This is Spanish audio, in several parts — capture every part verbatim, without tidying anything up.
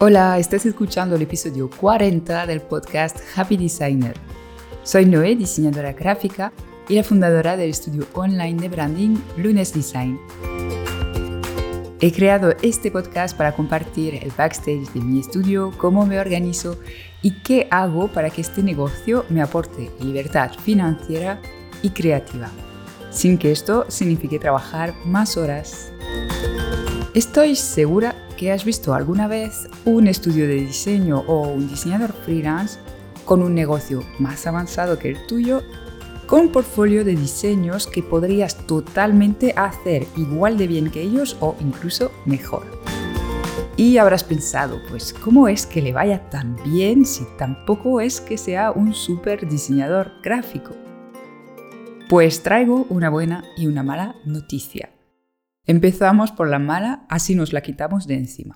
Hola, estás escuchando el episodio cuarenta del podcast Happy Designer. Soy Noé, diseñadora gráfica y la fundadora del estudio online de branding Lunes Design. He creado este podcast para compartir el backstage de mi estudio, cómo me organizo y qué hago para que este negocio me aporte libertad financiera y creativa, sin que esto signifique trabajar más horas. Estoy segura que has visto alguna vez un estudio de diseño o un diseñador freelance con un negocio más avanzado que el tuyo, con un portfolio de diseños que podrías totalmente hacer igual de bien que ellos o incluso mejor. Y habrás pensado, pues, ¿cómo es que le vaya tan bien si tampoco es que sea un súper diseñador gráfico? Pues traigo una buena y una mala noticia. Empezamos por la mala, así nos la quitamos de encima.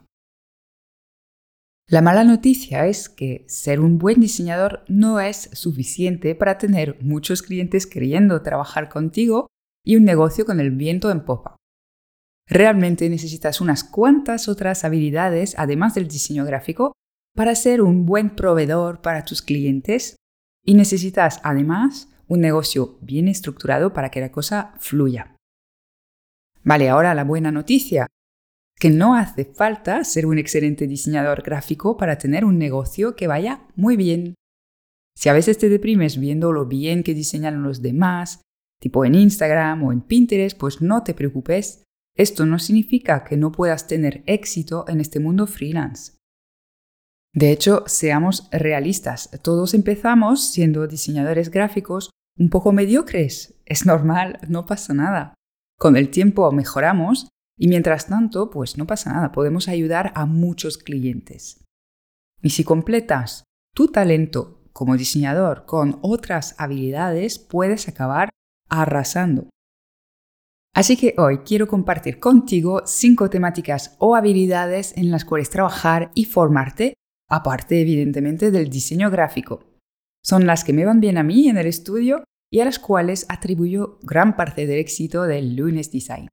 La mala noticia es que ser un buen diseñador no es suficiente para tener muchos clientes queriendo trabajar contigo y un negocio con el viento en popa. Realmente necesitas unas cuantas otras habilidades, además del diseño gráfico, para ser un buen proveedor para tus clientes y necesitas además un negocio bien estructurado para que la cosa fluya. Vale, ahora la buena noticia, que no hace falta ser un excelente diseñador gráfico para tener un negocio que vaya muy bien. Si a veces te deprimes viendo lo bien que diseñan los demás, tipo en Instagram o en Pinterest, pues no te preocupes. Esto no significa que no puedas tener éxito en este mundo freelance. De hecho, seamos realistas. Todos empezamos siendo diseñadores gráficos un poco mediocres. Es normal, no pasa nada. Con el tiempo mejoramos y mientras tanto, pues no pasa nada, podemos ayudar a muchos clientes. Y si completas tu talento como diseñador con otras habilidades, puedes acabar arrasando. Así que hoy quiero compartir contigo cinco temáticas o habilidades en las cuales trabajar y formarte, aparte evidentemente del diseño gráfico. Son las que me van bien a mí en el estudio y a las cuales atribuyo gran parte del éxito del Lunes Design.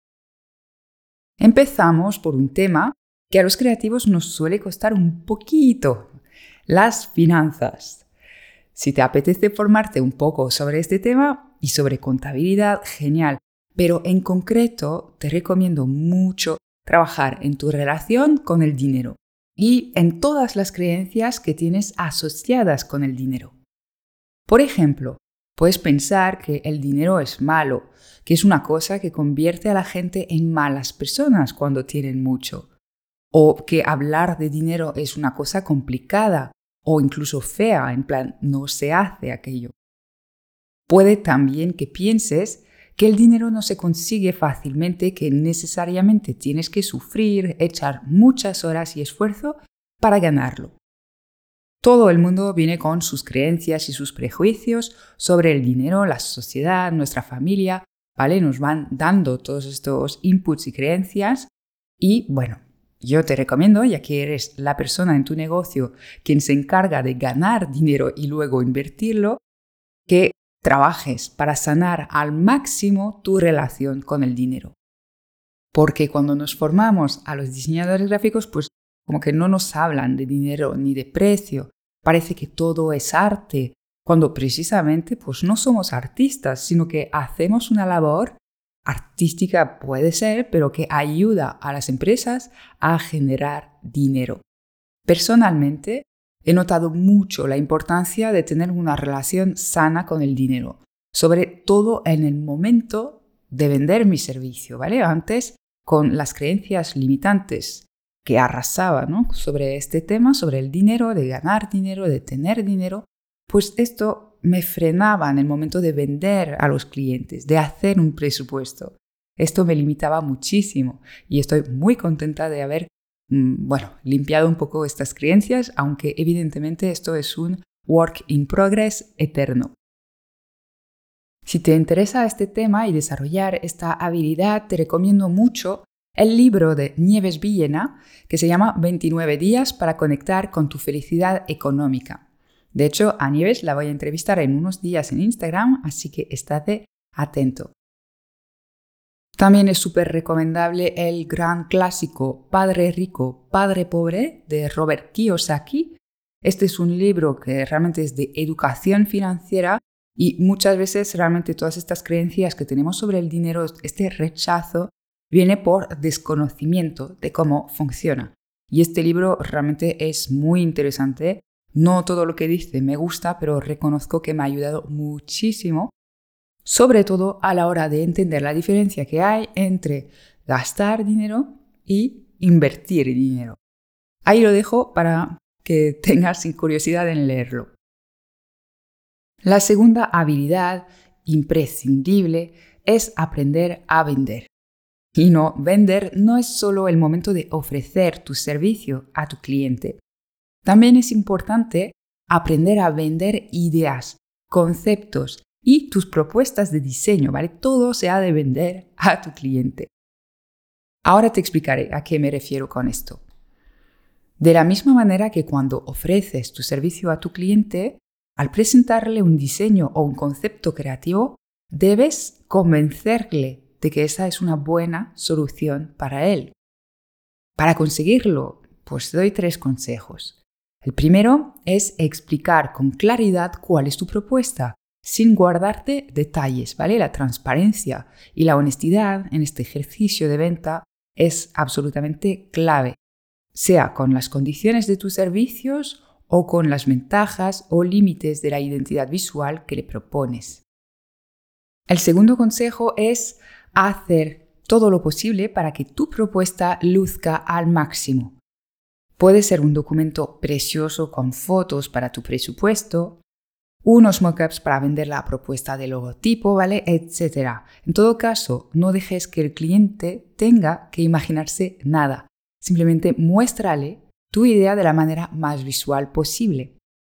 Empezamos por un tema que a los creativos nos suele costar un poquito: las finanzas. Si te apetece formarte un poco sobre este tema y sobre contabilidad, genial, pero en concreto te recomiendo mucho trabajar en tu relación con el dinero y en todas las creencias que tienes asociadas con el dinero. Por ejemplo, puedes pensar que el dinero es malo, que es una cosa que convierte a la gente en malas personas cuando tienen mucho, o que hablar de dinero es una cosa complicada o incluso fea, en plan, no se hace aquello. Puede también que pienses que el dinero no se consigue fácilmente, que necesariamente tienes que sufrir, echar muchas horas y esfuerzo para ganarlo. Todo el mundo viene con sus creencias y sus prejuicios sobre el dinero, la sociedad, nuestra familia, ¿vale? Nos van dando todos estos inputs y creencias y, bueno, yo te recomiendo, ya que eres la persona en tu negocio quien se encarga de ganar dinero y luego invertirlo, que trabajes para sanar al máximo tu relación con el dinero. Porque cuando nos formamos a los diseñadores gráficos, pues como que no nos hablan de dinero ni de precio. Parece que todo es arte, cuando precisamente pues no somos artistas, sino que hacemos una labor artística, puede ser, pero que ayuda a las empresas a generar dinero. Personalmente, he notado mucho la importancia de tener una relación sana con el dinero, sobre todo en el momento de vender mi servicio, ¿vale? Antes, con las creencias limitantes que arrasaba, ¿no?, sobre este tema, sobre el dinero, de ganar dinero, de tener dinero, pues esto me frenaba en el momento de vender a los clientes, de hacer un presupuesto. Esto me limitaba muchísimo y estoy muy contenta de haber, bueno, limpiado un poco estas creencias, aunque evidentemente esto es un work in progress eterno. Si te interesa este tema y desarrollar esta habilidad, te recomiendo mucho el libro de Nieves Villena, que se llama veintinueve días para conectar con tu felicidad económica. De hecho, a Nieves la voy a entrevistar en unos días en Instagram, así que estate atento. También es súper recomendable el gran clásico Padre Rico, Padre Pobre de Robert Kiyosaki. Este es un libro que realmente es de educación financiera y muchas veces realmente todas estas creencias que tenemos sobre el dinero, este rechazo, viene por desconocimiento de cómo funciona. Y este libro realmente es muy interesante. No todo lo que dice me gusta, pero reconozco que me ha ayudado muchísimo, sobre todo a la hora de entender la diferencia que hay entre gastar dinero y invertir dinero. Ahí lo dejo para que tengas curiosidad en leerlo. La segunda habilidad imprescindible es aprender a vender. Y no, vender no es solo el momento de ofrecer tu servicio a tu cliente. También es importante aprender a vender ideas, conceptos y tus propuestas de diseño, ¿vale? Todo se ha de vender a tu cliente. Ahora te explicaré a qué me refiero con esto. De la misma manera que cuando ofreces tu servicio a tu cliente, al presentarle un diseño o un concepto creativo, debes convencerle de que esa es una buena solución para él. Para conseguirlo, pues te doy tres consejos. El primero es explicar con claridad cuál es tu propuesta, sin guardarte detalles, ¿vale? La transparencia y la honestidad en este ejercicio de venta es absolutamente clave, sea con las condiciones de tus servicios o con las ventajas o límites de la identidad visual que le propones. El segundo consejo es hacer todo lo posible para que tu propuesta luzca al máximo. Puede ser un documento precioso con fotos para tu presupuesto, unos mockups para vender la propuesta de logotipo, ¿vale? etcétera. En todo caso, no dejes que el cliente tenga que imaginarse nada. Simplemente muéstrale tu idea de la manera más visual posible.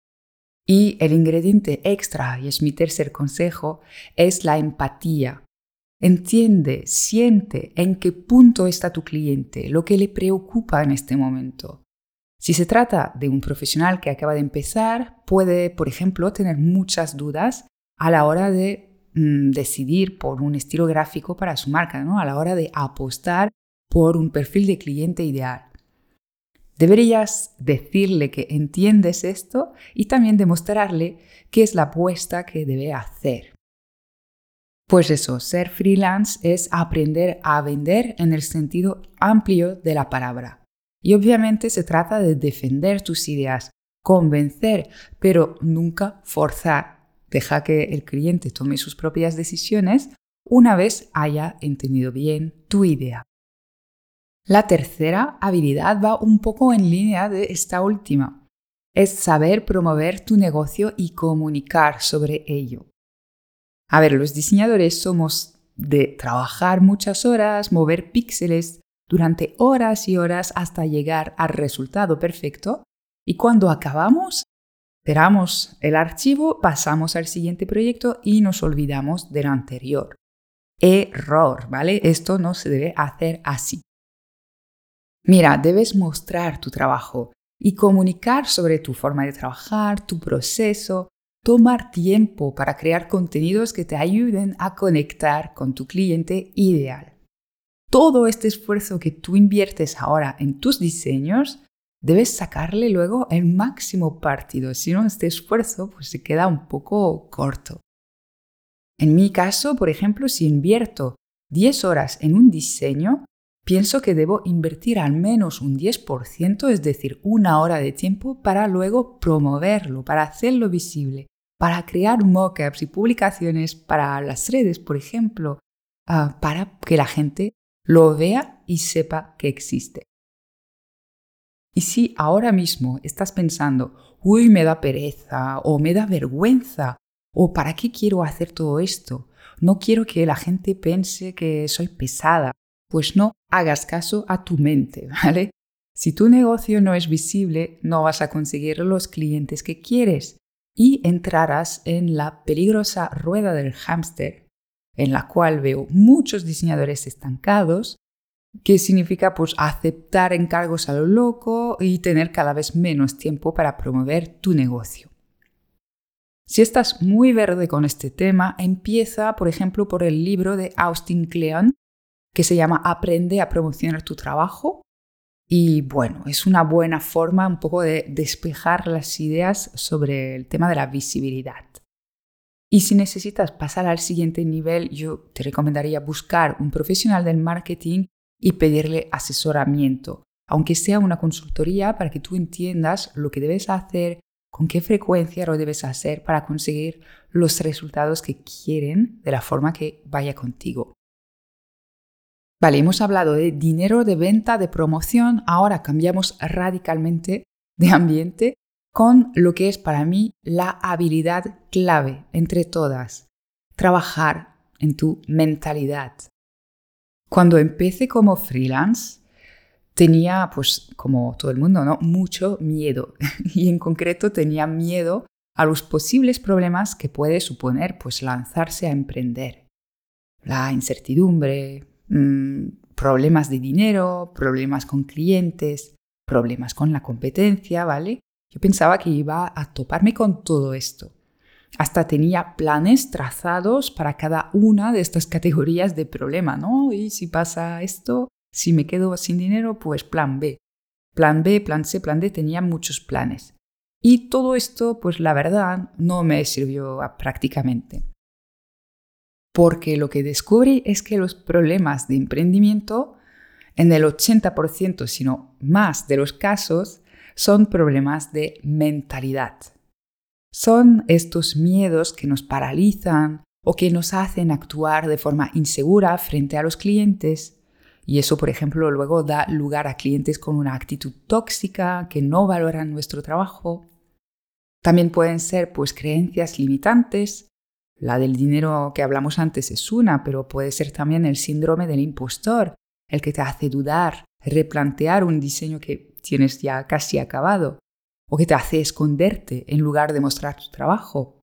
Y el ingrediente extra, y es mi tercer consejo, es la empatía. Entiende, siente en qué punto está tu cliente, lo que le preocupa en este momento. Si se trata de un profesional que acaba de empezar, puede, por ejemplo, tener muchas dudas a la hora de mm, decidir por un estilo gráfico para su marca, ¿no? A la hora de apostar por un perfil de cliente ideal. Deberías decirle que entiendes esto y también demostrarle qué es la apuesta que debe hacer. Pues eso, ser freelance es aprender a vender en el sentido amplio de la palabra. Y obviamente se trata de defender tus ideas, convencer, pero nunca forzar. Deja que el cliente tome sus propias decisiones una vez haya entendido bien tu idea. La tercera habilidad va un poco en línea de esta última. Es saber promover tu negocio y comunicar sobre ello. A ver, los diseñadores somos de trabajar muchas horas, mover píxeles durante horas y horas hasta llegar al resultado perfecto y cuando acabamos, cerramos el archivo, pasamos al siguiente proyecto y nos olvidamos del anterior. Error, ¿vale? Esto no se debe hacer así. Mira, debes mostrar tu trabajo y comunicar sobre tu forma de trabajar, tu proceso, tomar tiempo para crear contenidos que te ayuden a conectar con tu cliente ideal. Todo este esfuerzo que tú inviertes ahora en tus diseños, debes sacarle luego el máximo partido. Si no, este esfuerzo pues, se queda un poco corto. En mi caso, por ejemplo, si invierto diez horas en un diseño, pienso que debo invertir al menos un diez por ciento, es decir, una hora de tiempo para luego promoverlo, para hacerlo visible, para crear mockups y publicaciones para las redes, por ejemplo, uh, para que la gente lo vea y sepa que existe. Y si ahora mismo estás pensando, uy, me da pereza o me da vergüenza o ¿para qué quiero hacer todo esto? No quiero que la gente piense que soy pesada. Pues no hagas caso a tu mente, ¿vale? Si tu negocio no es visible, no vas a conseguir los clientes que quieres y entrarás en la peligrosa rueda del hámster, en la cual veo muchos diseñadores estancados, que significa pues aceptar encargos a lo loco y tener cada vez menos tiempo para promover tu negocio. Si estás muy verde con este tema, empieza, por ejemplo, por el libro de Austin Kleon, que se llama Aprende a promocionar tu trabajo. Y bueno, es una buena forma un poco de despejar las ideas sobre el tema de la visibilidad. Y si necesitas pasar al siguiente nivel, yo te recomendaría buscar un profesional del marketing y pedirle asesoramiento, aunque sea una consultoría, para que tú entiendas lo que debes hacer, con qué frecuencia lo debes hacer para conseguir los resultados que quieren de la forma que vaya contigo. Vale, hemos hablado de dinero, de venta, de promoción. Ahora cambiamos radicalmente de ambiente con lo que es para mí la habilidad clave entre todas: trabajar en tu mentalidad. Cuando empecé como freelance, tenía, pues como todo el mundo, ¿no?, mucho miedo. Y en concreto tenía miedo a los posibles problemas que puede suponer, pues, lanzarse a emprender. La incertidumbre, mmm, problemas de dinero, problemas con clientes, problemas con la competencia, ¿vale? Yo pensaba que iba a toparme con todo esto. Hasta tenía planes trazados para cada una de estas categorías de problema, ¿no? Y si pasa esto, si me quedo sin dinero, pues plan B. Plan B, plan C, plan D, tenía muchos planes. Y todo esto, pues la verdad, no me sirvió prácticamente. Porque lo que descubrí es que los problemas de emprendimiento, en el ochenta por ciento, si no más de los casos, son problemas de mentalidad. Son estos miedos que nos paralizan o que nos hacen actuar de forma insegura frente a los clientes. Y eso, por ejemplo, luego da lugar a clientes con una actitud tóxica, que no valoran nuestro trabajo. También pueden ser, pues, creencias limitantes. La del dinero que hablamos antes es una, pero puede ser también el síndrome del impostor, el que te hace dudar, replantear un diseño que tienes ya casi acabado, o que te hace esconderte en lugar de mostrar tu trabajo.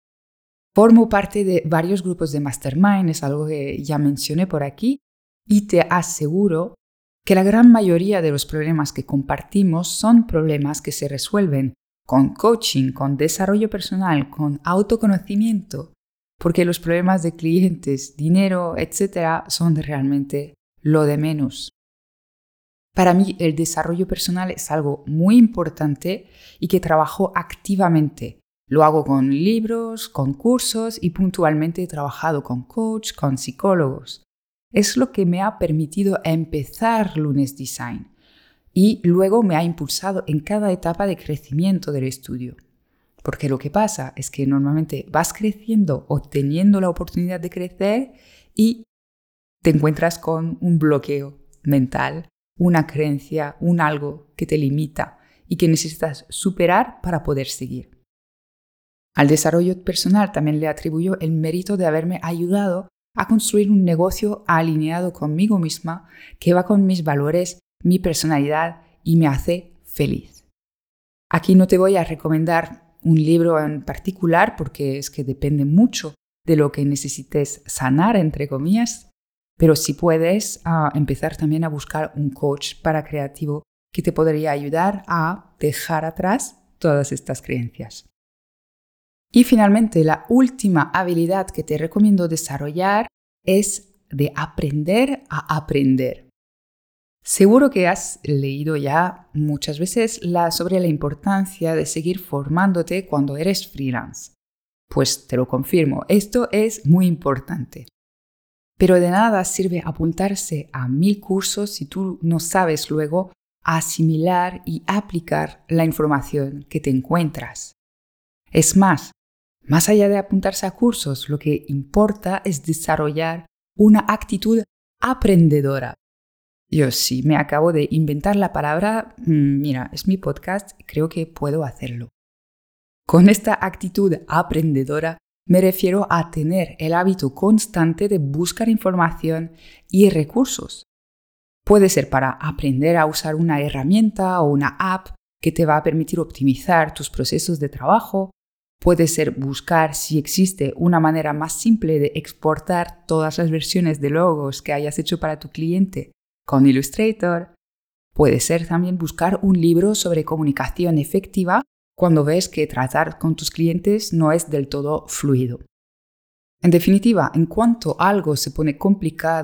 Formo parte de varios grupos de Mastermind, es algo que ya mencioné por aquí, y te aseguro que la gran mayoría de los problemas que compartimos son problemas que se resuelven con coaching, con desarrollo personal, con autoconocimiento, porque los problemas de clientes, dinero, etcétera, son realmente lo de menos. Para mí, el desarrollo personal es algo muy importante y que trabajo activamente. Lo hago con libros, con cursos y puntualmente he trabajado con coach, con psicólogos. Es lo que me ha permitido empezar Lunes Design y luego me ha impulsado en cada etapa de crecimiento del estudio. Porque lo que pasa es que normalmente vas creciendo o teniendo la oportunidad de crecer y te encuentras con un bloqueo mental, una creencia, un algo que te limita y que necesitas superar para poder seguir. Al desarrollo personal también le atribuyo el mérito de haberme ayudado a construir un negocio alineado conmigo misma, que va con mis valores, mi personalidad y me hace feliz. Aquí no te voy a recomendar un libro en particular porque es que depende mucho de lo que necesites sanar, entre comillas, pero si puedes uh, empezar también a buscar un coach para creativo que te podría ayudar a dejar atrás todas estas creencias. Y finalmente, la última habilidad que te recomiendo desarrollar es de aprender a aprender. Seguro que has leído ya muchas veces la, sobre la importancia de seguir formándote cuando eres freelance. Pues te lo confirmo, esto es muy importante. Pero de nada sirve apuntarse a mil cursos si tú no sabes luego asimilar y aplicar la información que te encuentras. Es más, más allá de apuntarse a cursos, lo que importa es desarrollar una actitud aprendedora. Yo sí me acabo de inventar la palabra, mira, es mi podcast, creo que puedo hacerlo. Con esta actitud aprendedora me refiero a tener el hábito constante de buscar información y recursos. Puede ser para aprender a usar una herramienta o una app que te va a permitir optimizar tus procesos de trabajo. Puede ser buscar si existe una manera más simple de exportar todas las versiones de logos que hayas hecho para tu cliente con Illustrator. Puede ser también buscar un libro sobre comunicación efectiva cuando ves que tratar con tus clientes no es del todo fluido. En definitiva, en cuanto algo se pone complicado,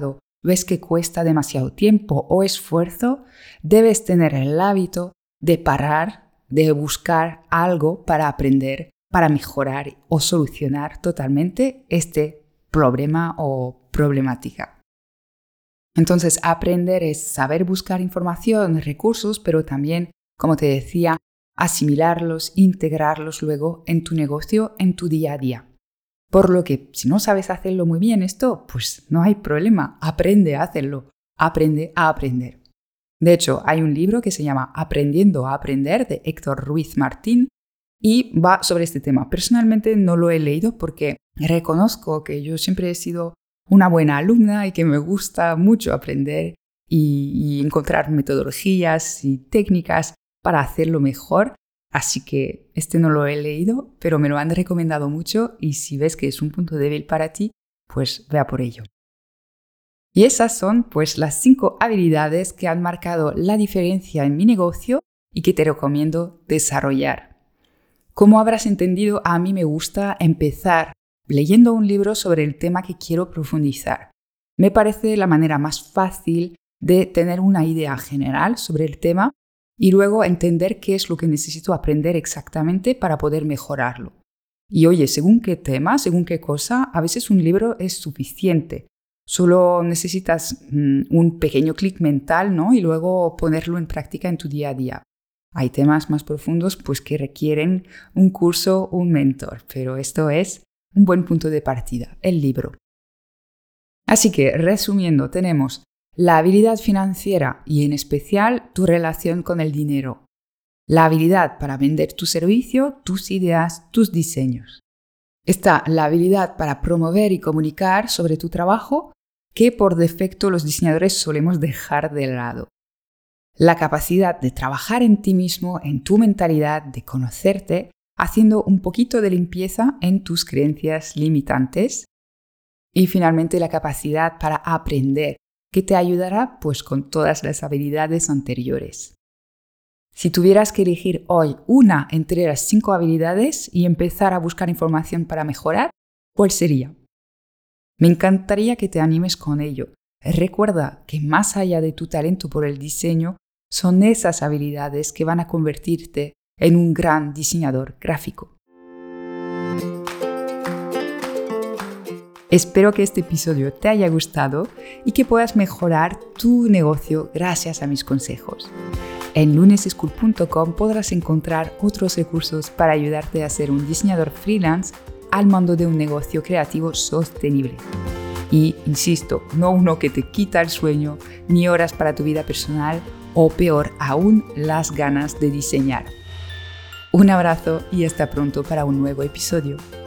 ves que cuesta demasiado tiempo o esfuerzo, debes tener el hábito de parar, de buscar algo para aprender, para mejorar o solucionar totalmente este problema o problemática. Entonces, aprender es saber buscar información, recursos, pero también, como te decía, asimilarlos, integrarlos luego en tu negocio, en tu día a día. Por lo que, si no sabes hacerlo muy bien esto, pues no hay problema, aprende a hacerlo, aprende a aprender. De hecho, hay un libro que se llama Aprendiendo a Aprender de Héctor Ruiz Martín y va sobre este tema. Personalmente no lo he leído porque reconozco que yo siempre he sido una buena alumna y que me gusta mucho aprender y, y encontrar metodologías y técnicas para hacerlo mejor. Así que este no lo he leído, pero me lo han recomendado mucho y si ves que es un punto débil para ti, pues vea por ello. Y esas son pues las cinco habilidades que han marcado la diferencia en mi negocio y que te recomiendo desarrollar. Como habrás entendido, a mí me gusta empezar leyendo un libro sobre el tema que quiero profundizar. Me parece la manera más fácil de tener una idea general sobre el tema y luego entender qué es lo que necesito aprender exactamente para poder mejorarlo. Y oye, según qué tema, según qué cosa, a veces un libro es suficiente. Solo necesitas mmm, un pequeño clic mental, ¿no? Y luego ponerlo en práctica en tu día a día. Hay temas más profundos pues, que requieren un curso, un mentor, pero esto es un buen punto de partida, el libro. Así que, resumiendo, tenemos la habilidad financiera y en especial tu relación con el dinero. La habilidad para vender tu servicio, tus ideas, tus diseños. Está la habilidad para promover y comunicar sobre tu trabajo, que por defecto los diseñadores solemos dejar de lado. La capacidad de trabajar en ti mismo, en tu mentalidad, de conocerte, haciendo un poquito de limpieza en tus creencias limitantes. Y finalmente la capacidad para aprender, que te ayudará pues con todas las habilidades anteriores. Si tuvieras que elegir hoy una entre las cinco habilidades y empezar a buscar información para mejorar, ¿cuál sería? Me encantaría que te animes con ello. Recuerda que más allá de tu talento por el diseño, son esas habilidades que van a convertirte en un gran diseñador gráfico. Espero que este episodio te haya gustado y que puedas mejorar tu negocio gracias a mis consejos. En lunes school punto com podrás encontrar otros recursos para ayudarte a ser un diseñador freelance al mando de un negocio creativo sostenible. Y, insisto, no uno que te quita el sueño, ni horas para tu vida personal, o peor aún, las ganas de diseñar. Un abrazo y hasta pronto para un nuevo episodio.